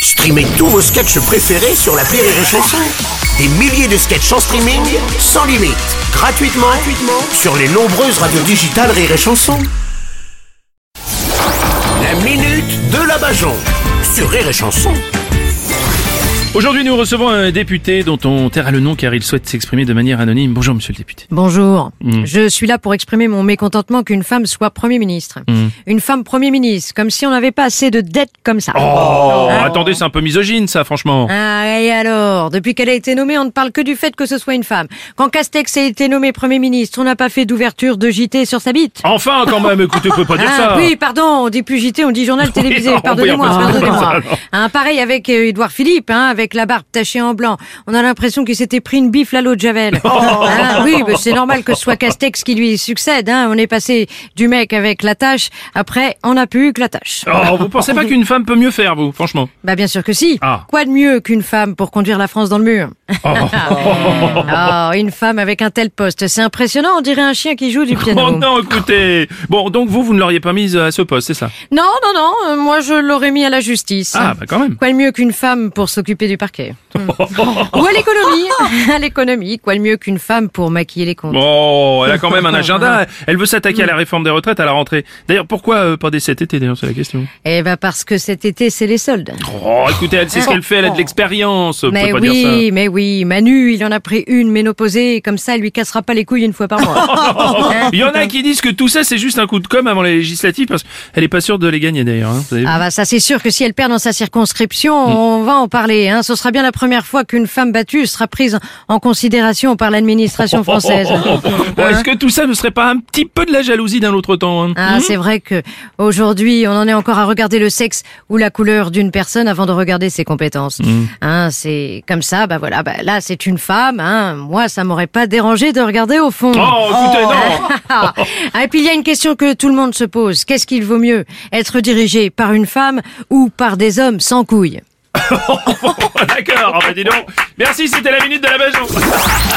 Streamez tous vos sketchs préférés sur l'appli Rire et Chanson. Des milliers de sketchs en streaming, sans limite, gratuitement sur les nombreuses radios digitales Rire et Chanson. La minute de la Bajon sur Rire et Chanson. Aujourd'hui, nous recevons un député dont on taira le nom car il souhaite s'exprimer de manière anonyme. Bonjour, monsieur le député. Bonjour. Je suis là pour exprimer mon mécontentement qu'une femme soit Premier ministre. Une femme Premier ministre, comme si on n'avait pas assez de dettes comme ça. Attendez, c'est un peu misogyne, ça, franchement. Ah, et alors, depuis qu'elle a été nommée, on ne parle que du fait que ce soit une femme. Quand Castex a été nommé Premier ministre, on n'a pas fait d'ouverture de JT sur sa bite. Enfin, quand même, écoutez, on peut pas dire ça. Oui, pardon, on dit plus JT, on dit journal télévisé, pardonnez-moi. Pareil avec Édouard Philippe, avec la barbe tachée en blanc. On a l'impression qu'il s'était pris une bifle à l'eau de Javel. Oui, mais c'est normal que ce soit Castex qui lui succède. On est passé du mec avec la tâche, après on n'a plus eu que la tâche. Vous pensez pas qu'une femme peut mieux faire, vous, franchement? Bah bien sûr que si. Ah. Quoi de mieux qu'une femme pour conduire la France dans le mur? Une femme avec un tel poste, c'est impressionnant, on dirait un chien qui joue du piano. Oh non, écoutez. Bon, donc vous ne l'auriez pas mise à ce poste, c'est ça? Non, moi je l'aurais mis à la justice. Ah, bah quand même. Quoi de mieux qu'une femme pour s'occuper du parquet? Ou à l'économie. À l'économie, quoi de mieux qu'une femme pour maquiller les comptes? Bon, elle a quand même un agenda. Elle veut s'attaquer à la réforme des retraites à la rentrée. D'ailleurs, pourquoi pas dès cet été, d'ailleurs, c'est la question. Eh ben parce que cet été, c'est les soldes. Oh, écoutez, elle sait ce qu'elle fait, elle a de l'expérience. Vous pouvez pas dire ça. Mais oui, Manu, il en a pris une ménopausée, comme ça, elle lui cassera pas les couilles une fois par mois. Il y en a qui disent que tout ça, c'est juste un coup de com' avant les législatives, parce qu'elle est pas sûre de les gagner, d'ailleurs. Vous avez vu. Ah bah ça, c'est sûr que si elle perd dans sa circonscription, on va en parler. Ce sera bien la première fois qu'une femme battue sera prise en considération par l'administration française. Bon, est-ce que tout ça ne serait pas un petit peu de la jalousie d'un autre temps? C'est vrai que aujourd'hui, on en est encore à regarder le sexe ou la couleur d'une personne avant de regarder ses compétences. C'est comme ça, là c'est une femme. Moi, ça m'aurait pas dérangé de regarder au fond. Écoutez, non. Et puis il y a une question que tout le monde se pose. Qu'est-ce qu'il vaut mieux, être dirigé par une femme ou par des hommes sans couilles? D'accord, dis donc. Merci, c'était la minute de la Bajon.